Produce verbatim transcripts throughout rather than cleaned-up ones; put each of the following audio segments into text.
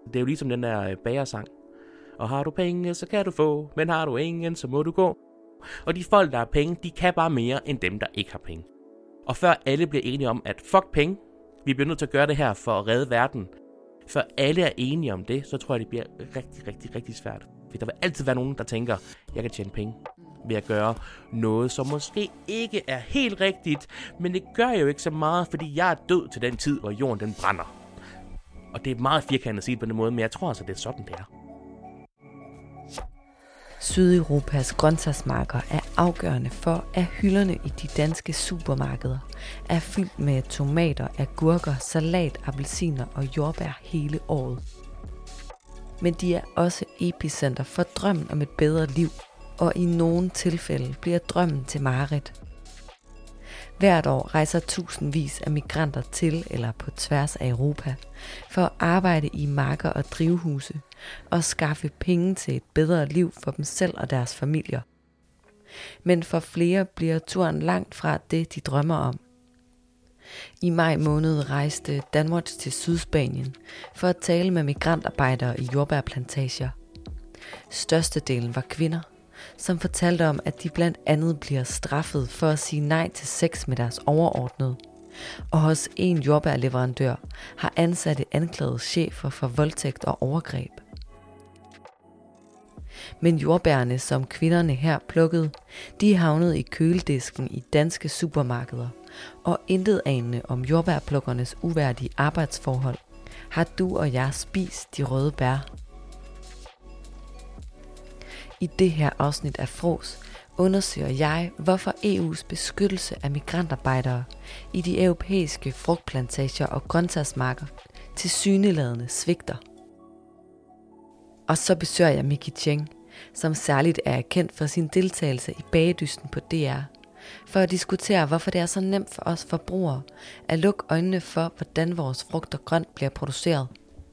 Det er jo ligesom den der bagersang. Og har du penge, så kan du få, men har du ingen, så må du gå. Og de folk, der har penge, de kan bare mere end dem, der ikke har penge. Og før alle bliver enige om, at fuck penge, vi bliver nødt til at gøre det her for at redde verden. Før alle er enige om det, så tror jeg, det bliver rigtig, rigtig, rigtig svært. For der vil altid være nogen, der tænker, jeg kan tjene penge ved at gøre noget, som måske ikke er helt rigtigt, men det gør jo ikke så meget, fordi jeg er død til den tid, hvor jorden den brænder. Og det er meget firkantet at sige på den måde, men jeg tror altså, det er sådan, det er. Sydeuropas grøntsagsmarker er afgørende for, at hylderne i de danske supermarkeder er fyldt med tomater, agurker, salat, appelsiner og jordbær hele året. Men de er også epicenter for drømmen om et bedre liv, og i nogle tilfælde bliver drømmen til mareridt. Hvert år rejser tusindvis af migranter til eller på tværs af Europa for at arbejde i marker og drivhuse og skaffe penge til et bedre liv for dem selv og deres familier. Men for flere bliver turen langt fra det, de drømmer om. I maj måned rejste Danwatch til Sydspanien for at tale med migrantarbejdere i jordbærplantager. Størstedelen var kvinder, som fortalte om, at de blandt andet bliver straffet for at sige nej til sex med deres overordnede. Og hos en jordbærleverandør har ansatte anklaget chefer for voldtægt og overgreb. Men jordbærne, som kvinderne her plukkede, de havnede i køledisken i danske supermarkeder, og intet anende om jordbærplukkernes uværdige arbejdsforhold har du og jeg spist de røde bær. I det her afsnit af Frås undersøger jeg, hvorfor E U's beskyttelse af migrantarbejdere i de europæiske frugtplantager og grøntsagsmarker tilsyneladende svigter. Og så besøger jeg Miki Cheng, som særligt er kendt for sin deltagelse i Bagedysten på D R, for at diskutere, hvorfor det er så nemt for os forbrugere at lukke øjnene for, hvordan vores frugt og grønt bliver produceret.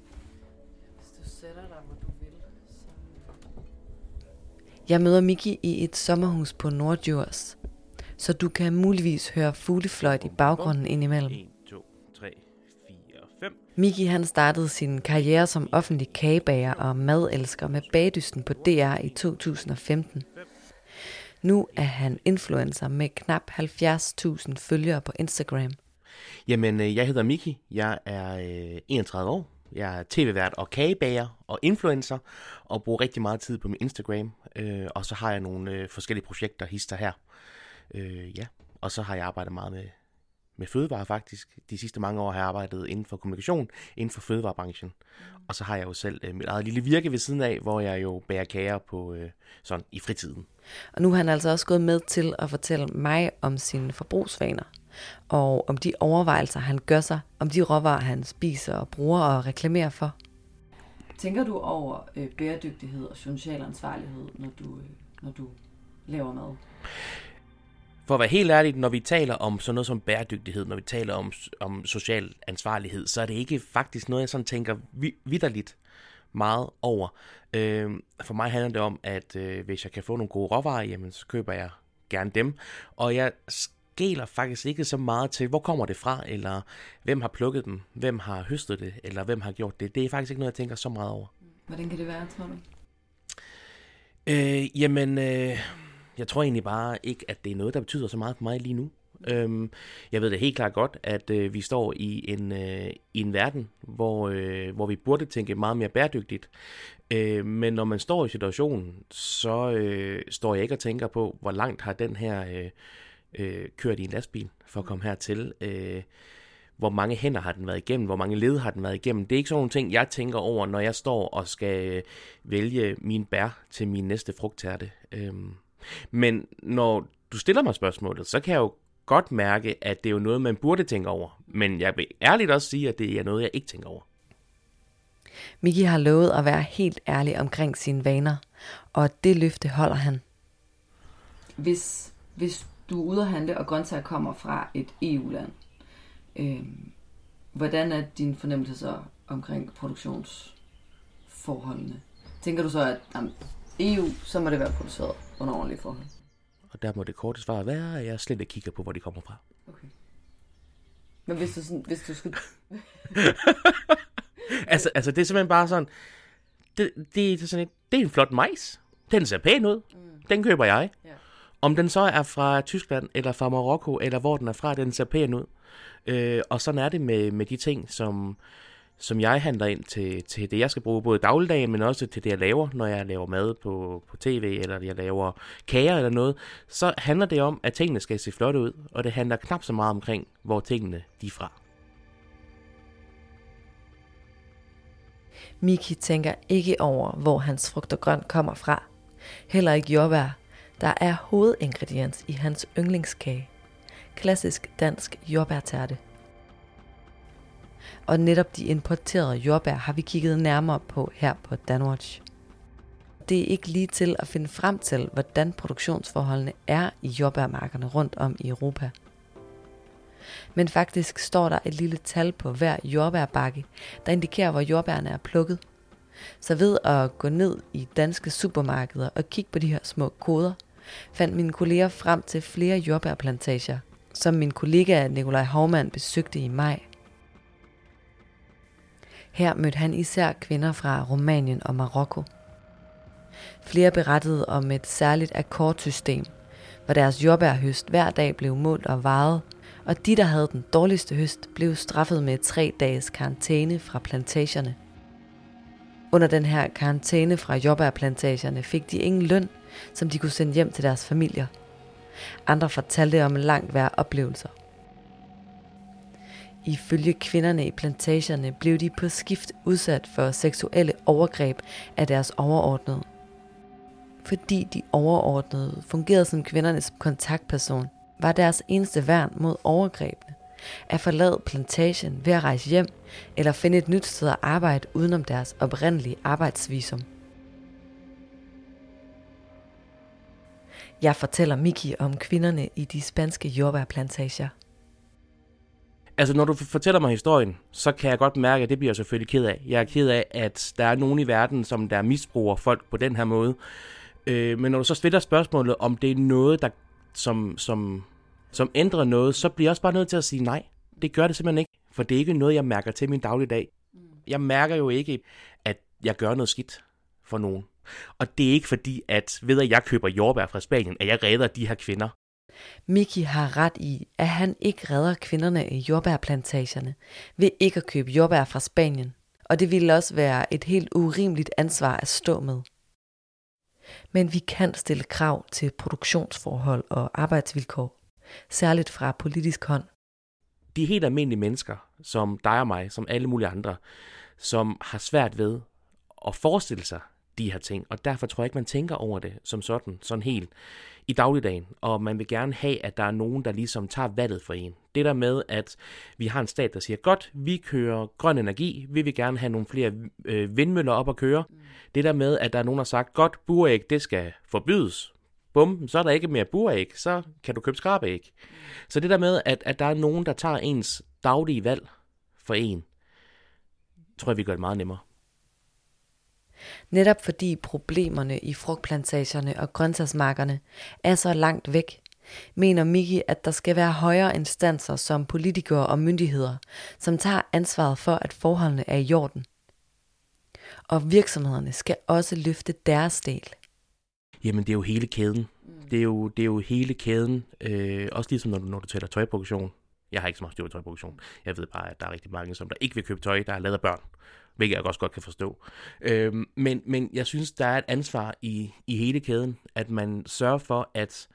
Jeg møder Miki i et sommerhus på Norddjurs, så du kan muligvis høre fuglefløjt i baggrunden indimellem. en, to, tre, fire, fem. Miki han startede sin karriere som offentlig kagebager og madelsker med Bagedysten på D R i to tusind og femten. Nu er han influencer med knap halvfjerds tusind følgere på Instagram. Jamen, jeg hedder Miki. Jeg er enogtredive år. Jeg er tv-vært og kagebager og influencer, og bruger rigtig meget tid på min Instagram. Øh, og så har jeg nogle øh, forskellige projekter, hister her. Øh, ja. Og så har jeg arbejdet meget med, med fødevarer faktisk. De sidste mange år har jeg arbejdet inden for kommunikation, inden for fødevarebranchen. Og så har jeg jo selv øh, mit eget lille virke ved siden af, hvor jeg jo bager kager på, øh, sådan i fritiden. Og nu har han altså også gået med til at fortælle mig om sine forbrugsvaner, og om de overvejelser, han gør sig, om de råvarer, han spiser og bruger og reklamerer for. Tænker du over øh, bæredygtighed og social ansvarlighed, når du, øh, når du laver mad? For at være helt ærlig, når vi taler om sådan noget som bæredygtighed, når vi taler om, om social ansvarlighed, så er det ikke faktisk noget, jeg sådan tænker vitterligt meget over. Øh, for mig handler det om, at øh, hvis jeg kan få nogle gode råvarer, jamen, så køber jeg gerne dem. Og jeg skæler faktisk ikke så meget til, hvor kommer det fra, eller hvem har plukket dem, hvem har høstet det, eller hvem har gjort det. Det er faktisk ikke noget, jeg tænker så meget over. Hvordan kan det være, tror du? Øh, jamen, øh, jeg tror egentlig bare ikke, at det er noget, der betyder så meget for mig lige nu. Øhm, jeg ved det helt klart godt, at øh, vi står i en, øh, i en verden, hvor, øh, hvor vi burde tænke meget mere bæredygtigt. Øh, men når man står i situationen, så øh, står jeg ikke og tænker på, hvor langt har den her øh, øh, kørt i en lastbil for at komme hertil. Øh, hvor mange hænder har den været igennem, hvor mange led har den været igennem. Det er ikke sådan nogle ting, jeg tænker over, når jeg står og skal øh, vælge mine bær til min næste frugttærte. Øh, men når du stiller mig spørgsmålet, så kan jeg jo godt mærke, at det er jo noget, man burde tænke over. Men jeg vil ærligt også sige, at det er noget, jeg ikke tænker over. Miki har lovet at være helt ærlig omkring sine vaner, og det løfte holder han. Hvis, hvis du er ude at handle, og grøntsager kommer fra et E U-land, øh, hvordan er din fornemmelse så omkring produktionsforholdene? Tænker du så, at jamen, E U, så må det være produceret under ordentlige forhold? Og der må det korte svar være, at jeg slet ikke kigger på, hvor de kommer fra. Okay. Men hvis du, sådan, hvis du skulle... altså, altså, det er simpelthen bare sådan, det, det, er sådan et, det er en flot majs. Den ser pæn ud. Mm. Den køber jeg. Yeah. Om den så er fra Tyskland, eller fra Marokko, eller hvor den er fra, den ser pæn ud. Øh, og sådan er det med, med de ting, som, som jeg handler ind til, til det, jeg skal bruge, både dagligdagen, men også til det, jeg laver, når jeg laver mad på, på tv, eller jeg laver kager eller noget. Så handler det om, at tingene skal se flotte ud, og det handler knap så meget omkring, hvor tingene de er fra. Miki tænker ikke over, hvor hans frugt og grønt kommer fra. Heller ikke jordbær, der er hovedingrediens i hans yndlingskage. Klassisk dansk jordbærtærte. Og netop de importerede jordbær har vi kigget nærmere på her på Danwatch. Det er ikke lige til at finde frem til, hvordan produktionsforholdene er i jordbærmarkerne rundt om i Europa. Men faktisk står der et lille tal på hver jordbærbakke, der indikerer, hvor jordbærne er plukket. Så ved at gå ned i danske supermarkeder og kigge på de her små koder, fandt mine kolleger frem til flere jordbærplantager, som min kollega Nikolaj Hovmand besøgte i maj. Her mødte han især kvinder fra Rumænien og Marokko. Flere berettede om et særligt akkordsystem, hvor deres jordbærhøst hver dag blev målt og vejet, og de, der havde den dårligste høst, blev straffet med tre dages karantæne fra plantagerne. Under den her karantæne fra jordbærplantagerne fik de ingen løn, som de kunne sende hjem til deres familier. Andre fortalte om langt værre oplevelser. Ifølge kvinderne i plantagerne blev de på skift udsat for seksuelle overgreb af deres overordnede. Fordi de overordnede fungerede som kvindernes kontaktperson, var deres eneste værn mod overgrebene at forlade plantagen ved at rejse hjem eller finde et nyt sted at arbejde udenom deres oprindelige arbejdsvisum. Jeg fortæller Miki om kvinderne i de spanske jordbærplantager. Altså, når du fortæller mig historien, så kan jeg godt mærke, at det bliver jeg selvfølgelig ked af. Jeg er ked af, at der er nogen i verden, som der misbruger folk på den her måde. Øh, men når du så stiller spørgsmålet, om det er noget, der som, som, som ændrer noget, så bliver jeg også bare nødt til at sige nej. Det gør det simpelthen ikke, for det er ikke noget, jeg mærker til min dagligdag. Jeg mærker jo ikke, at jeg gør noget skidt for nogen. Og det er ikke fordi, at ved at jeg køber jordbær fra Spanien, at jeg redder de her kvinder. Miki har ret i, at han ikke redder kvinderne i jordbærplantagerne ved ikke at købe jordbær fra Spanien. Og det ville også være et helt urimeligt ansvar at stå med. Men vi kan stille krav til produktionsforhold og arbejdsvilkår, særligt fra politisk hånd. De helt almindelige mennesker, som dig og mig, som alle mulige andre, som har svært ved at forestille sig de her ting, og derfor tror jeg ikke, man tænker over det som sådan, sådan helt i dagligdagen, og man vil gerne have, at der er nogen, der ligesom tager valget for en. Det der med, at vi har en stat, der siger, godt, vi kører grøn energi, vi vil gerne have nogle flere øh, vindmøller op at køre. Mm. Det der med, at der er nogen, der har sagt, godt, buræg, det skal forbydes. Bum, så er der ikke mere buræg, så kan du købe skrabæg. Mm. Så det der med, at, at der er nogen, der tager ens daglige valg for en, tror jeg, vi gør det meget nemmere. Netop fordi problemerne i frugtplantagerne og grøntsagsmarkerne er så langt væk, mener Miki, at der skal være højere instanser som politikere og myndigheder, som tager ansvaret for, at forholdene er i orden. Og virksomhederne skal også løfte deres del. Jamen, det er jo hele kæden. Mm. Det, er jo, det er jo hele kæden. Øh, også ligesom når du, når du taler tøjproduktion. Jeg har ikke så meget styr på tøjproduktion. Jeg ved bare, at der er rigtig mange, som der ikke vil købe tøj, der er lavet af børn. Hvilket jeg også godt kan forstå. Øhm, men, men jeg synes, der er et ansvar i, i hele kæden, at man sørger for, at,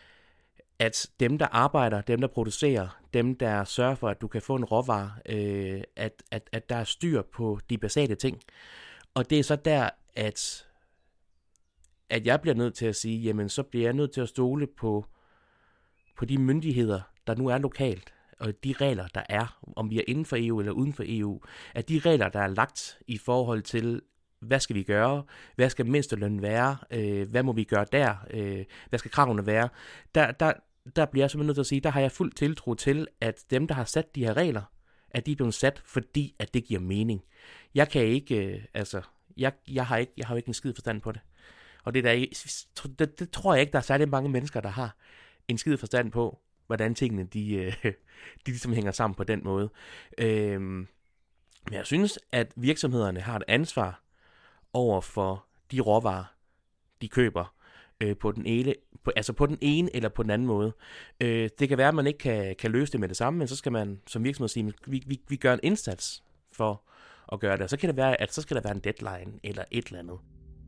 at dem, der arbejder, dem, der producerer, dem, der sørger for, at du kan få en råvare, øh, at, at, at der er styr på de basale ting. Og det er så der, at, at jeg bliver nødt til at sige, jamen så bliver jeg nødt til at stole på, på de myndigheder, der nu er lokalt. Og de regler, der er, om vi er inden for E U eller uden for E U, at de regler, der er lagt i forhold til, hvad skal vi gøre, hvad skal mindstelønnen være, øh, hvad må vi gøre der, øh, hvad skal kravene være, der, der, der bliver jeg simpelthen nødt til at sige, der har jeg fuld tiltro til, at dem, der har sat de her regler, at de er blevet sat, fordi at det giver mening. Jeg kan ikke, øh, altså, jeg, jeg, har ikke, jeg har jo ikke en skid forstand på det. Og det, der, det, det tror jeg ikke, der er særlig mange mennesker, der har en skid forstand på, hvordan tingene de, øh, de ligesom hænger sammen på den måde. Øhm, Men jeg synes, at virksomhederne har et ansvar over for de råvarer, de køber øh, på den ene, på, altså på den ene eller på den anden måde. Øh, det kan være, at man ikke kan, kan løse det med det samme, men så skal man som virksomhed sige, at vi, vi, vi gør en indsats for at gøre det. Og så kan det være, at så skal der være en deadline eller et eller andet.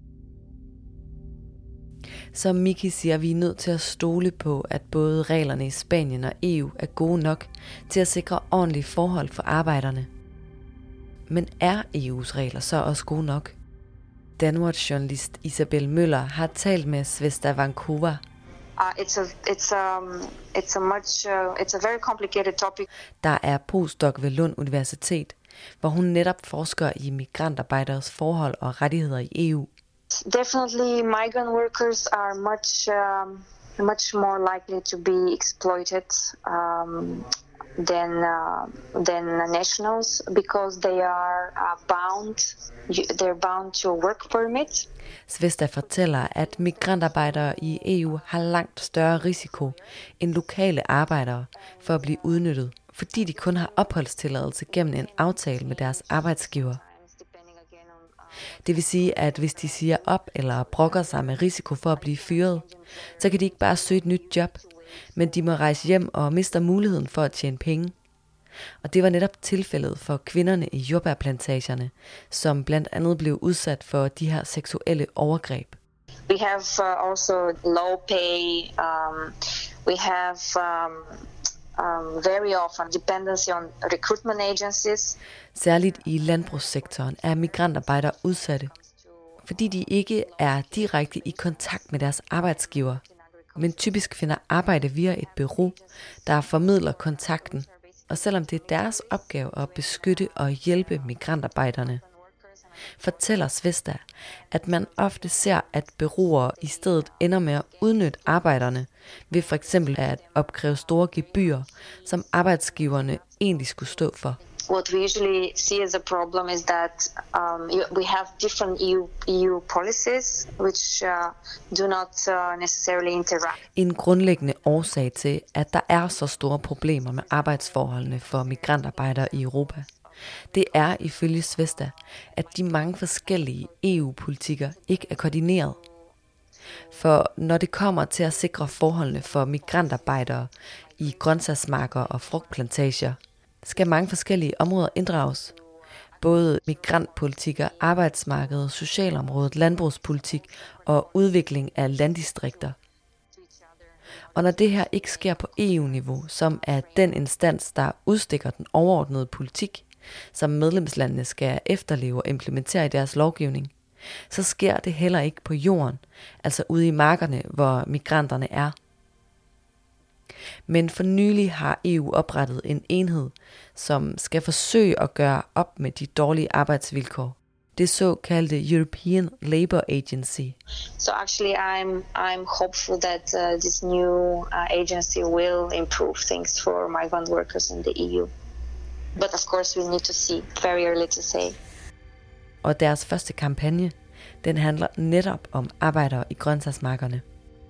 Som Miki siger, vi er nødt til at stole på, at både reglerne i Spanien og E U er gode nok til at sikre ordentlige forhold for arbejderne. Men er E U's regler så også gode nok? Danwatch-journalist Isabel Møller har talt med Svesta Vankova. Uh, it's a it's um it's a much uh, it's a very complicated topic. Der er postdoc ved Lund Universitet, hvor hun netop forsker i migrantarbejderes forhold og rettigheder i E U. Definitely, migrant workers are much um, much more likely to be exploited um, than uh, than nationals because they are uh, bound. They're bound to a work permit. Svesta fortæller, at migrantarbejdere i E U har langt større risiko end lokale arbejdere for at blive udnyttet, fordi de kun har opholdstilladelse gennem en aftale med deres arbejdsgiver. Det vil sige, at hvis de siger op eller brokker sig med risiko for at blive fyret, så kan de ikke bare søge et nyt job, men de må rejse hjem og mister muligheden for at tjene penge. Og det var netop tilfældet for kvinderne i jordbærplantagerne, som blandt andet blev udsat for de her seksuelle overgreb. We have uh, also low pay. Um, we have um, um, very often dependency on recruitment agencies. Særligt i landbrugssektoren er migrantarbejdere udsatte, fordi de ikke er direkte i kontakt med deres arbejdsgiver, men typisk finder arbejde via et bureau, der formidler kontakten. Og selvom det er deres opgave at beskytte og hjælpe migrantarbejderne, fortæller Svesta, at man ofte ser, at bureauer i stedet ender med at udnytte arbejderne ved for eksempel at opkræve store gebyrer, som arbejdsgiverne egentlig skulle stå for. What we usually see as a problem is that um, we have different E U, E U policies which uh, do not uh, necessarily interact. En grundlæggende årsag til, at der er så store problemer med arbejdsforholdene for migrantarbejdere i Europa, det er ifølge Svesta, at de mange forskellige E U-politikker ikke er koordineret. For når det kommer til at sikre forholdene for migrantarbejdere i grøntsagsmarker og frugtplantager, skal mange forskellige områder inddrages. Både migrantpolitikker, arbejdsmarkedet, socialområdet, landbrugspolitik og udvikling af landdistrikter. Og når det her ikke sker på E U-niveau, som er den instans, der udstikker den overordnede politik, som medlemslandene skal efterleve og implementere i deres lovgivning, så sker det heller ikke på jorden, altså ude i markerne, hvor migranterne er. Men for nylig har E U oprettet en enhed, som skal forsøge at gøre op med de dårlige arbejdsvilkår. Det såkaldte European Labour Agency. So actually I'm I'm hopeful that uh, this new uh, agency will improve things for migrant workers in the E U. But of course we need to see, very early to say. Og deres første kampagne, den handler netop om arbejdere i grøntsagsmarkerne.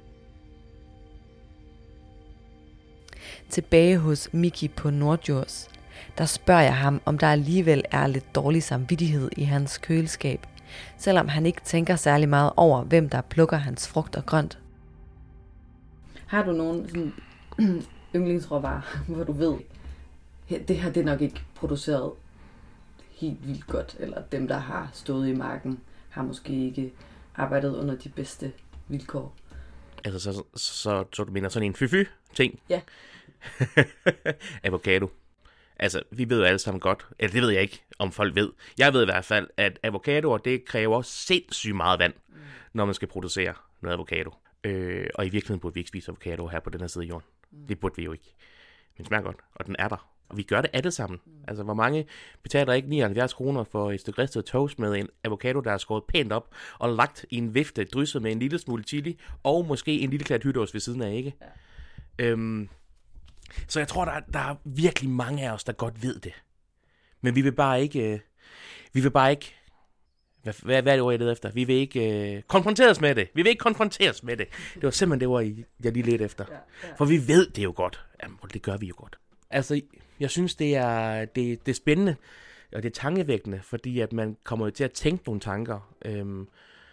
Tilbage hos Miki på Nordjurs, der spørger jeg ham, om der alligevel er lidt dårlig samvittighed i hans køleskab, selvom han ikke tænker særlig meget over, hvem der plukker hans frugt og grønt. Har du nogen sådan, yndlingsråvarer, hvor du ved, det her det er nok ikke produceret helt vildt godt, eller dem, der har stået i marken, har måske ikke arbejdet under de bedste vilkår? Altså, så, så, så, så du mener sådan en fy-fy-ting? Ja. Avocado. Altså, vi ved jo alle sammen godt, eller det ved jeg ikke, om folk ved. Jeg ved i hvert fald, at avocadoer, det kræver sindssygt meget vand, mm. når man skal producere noget avocado. Øh, og i virkeligheden burde vi ikke spise avocado her på den her side af jorden. Mm. Det burde vi jo ikke. Men det smager godt, og den er der. Og vi gør det alle sammen. Mm. Altså, hvor mange betaler ikke nioghalvfjerds kroner for et stykke ristet toast med en avocado, der er skåret pænt op og lagt i en vifte, drysset med en lille smule chili, og måske en lille klat hytteost ved siden af, ikke? Ja. Øhm, så jeg tror, der er, der er virkelig mange af os, der godt ved det. Men vi vil bare ikke... Øh, vi vil bare ikke... Hvad, hvad, hvad er det ord, jeg leder efter? Vi vil ikke øh, konfronteres med det. Vi vil ikke konfronteres med det. Det var simpelthen det ord, jeg lige ledte efter. Ja, ja. For vi ved det jo godt. Jamen, det gør vi jo godt. Altså, jeg synes, det er, det, det er spændende, og det er tankevækkende, fordi at man kommer jo til at tænke nogle tanker. Øhm,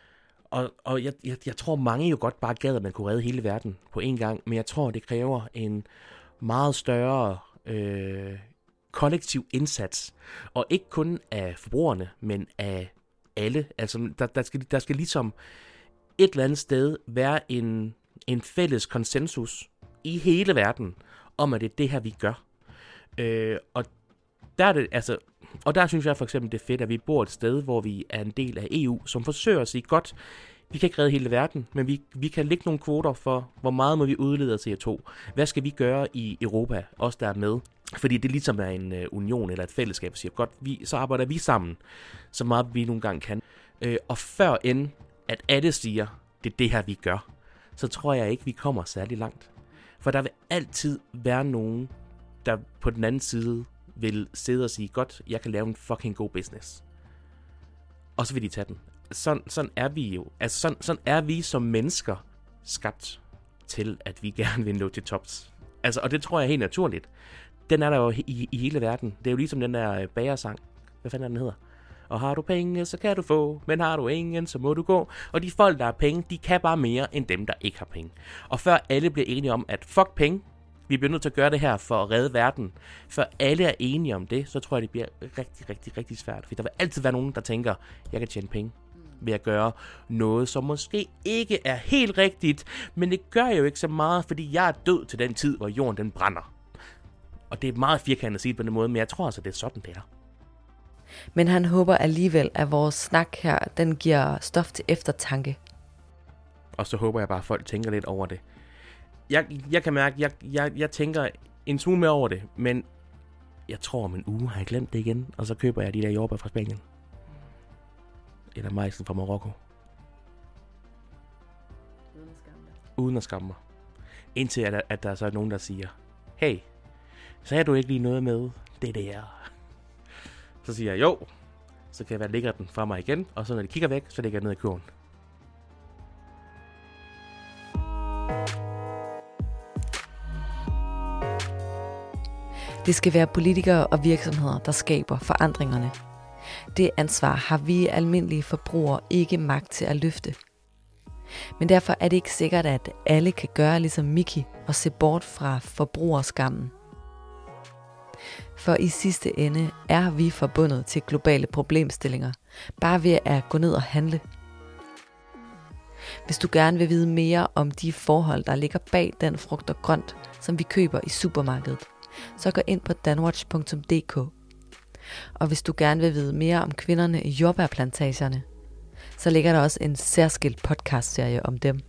og og jeg, jeg, jeg tror, mange jo godt bare gad, at man kunne redde hele verden på én gang, men jeg tror, det kræver en meget større øh, kollektiv indsats. Og ikke kun af forbrugerne, men af alle. Altså, der, der, skal, der skal ligesom et eller andet sted være en, en fælles konsensus i hele verden, om at det er det her, vi gør. Øh, og der er det, altså, og der synes jeg for eksempel, det er fedt, at vi bor et sted, hvor vi er en del af E U, som forsøger at sige, godt, vi kan ikke redde hele verden, men vi, vi kan lægge nogle kvoter for, hvor meget må vi udlede af C O to. Hvad skal vi gøre i Europa, os der er med? Fordi det ligesom er en uh, union eller et fællesskab, der siger, godt, vi, så arbejder vi sammen, så meget vi nogle gange kan. Øh, og før end, at alle siger, det er det her, vi gør, så tror jeg ikke, vi kommer særlig langt. For der vil altid være nogen, der på den anden side vil sidde og sige, godt, jeg kan lave en fucking god business. Og så vil de tage den. Sådan, sådan er vi jo. Altså sådan, sådan er vi som mennesker skabt til, at vi gerne vil nå til tops. Altså, og det tror jeg er helt naturligt. Den er der jo i, i hele verden. Det er jo ligesom den der bagersang. Hvad fanden er den hedder? Og har du penge, så kan du få, men har du ingen, så må du gå. Og de folk, der har penge, de kan bare mere end dem, der ikke har penge. Og før alle bliver enige om, at fuck penge, vi bliver nødt til at gøre det her for at redde verden. Før alle er enige om det, så tror jeg, det bliver rigtig, rigtig, rigtig svært. For der vil altid være nogen, der tænker, jeg kan tjene penge ved at gøre noget, som måske ikke er helt rigtigt, men det gør jo ikke så meget, fordi jeg er død til den tid, hvor jorden den brænder. Og det er meget firkantet at sige på den måde, men jeg tror altså, det er sådan, det er. Men han håber alligevel, at vores snak her, den giver stof til eftertanke. Og så håber jeg bare, at folk tænker lidt over det. Jeg, jeg kan mærke, jeg, jeg, jeg tænker en smule mere over det, men jeg tror om en uge har jeg glemt det igen, og så køber jeg de der jordbær fra Spanien. Eller majsen fra Marokko. Uden at skamme dig. Uden at skamme mig. Indtil at, at der så er nogen, der siger, hey, sagde du ikke lige noget med det der? Så siger jeg, jo. Så kan jeg være lægger den fra mig igen, og så når de kigger væk, så lægger jeg ned i kurven. Det skal være politikere og virksomheder, der skaber forandringerne. Det ansvar har vi almindelige forbrugere ikke magt til at løfte. Men derfor er det ikke sikkert, at alle kan gøre ligesom Miki og se bort fra forbrugerskammen. For i sidste ende er vi forbundet til globale problemstillinger, bare ved at gå ned og handle. Hvis du gerne vil vide mere om de forhold, der ligger bag den frugt og grønt, som vi køber i supermarkedet, så gå ind på danwatch punktum d k. Og hvis du gerne vil vide mere om kvinderne i jordbærplantagerne, så ligger der også en særskilt podcastserie om dem.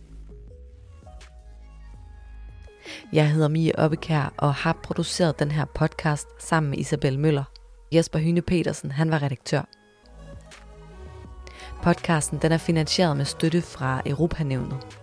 Jeg hedder Mie Obbekær og har produceret den her podcast sammen med Isabel Møller. Jesper Hyne Petersen, han var redaktør. Podcasten den er finansieret med støtte fra Europanævnet.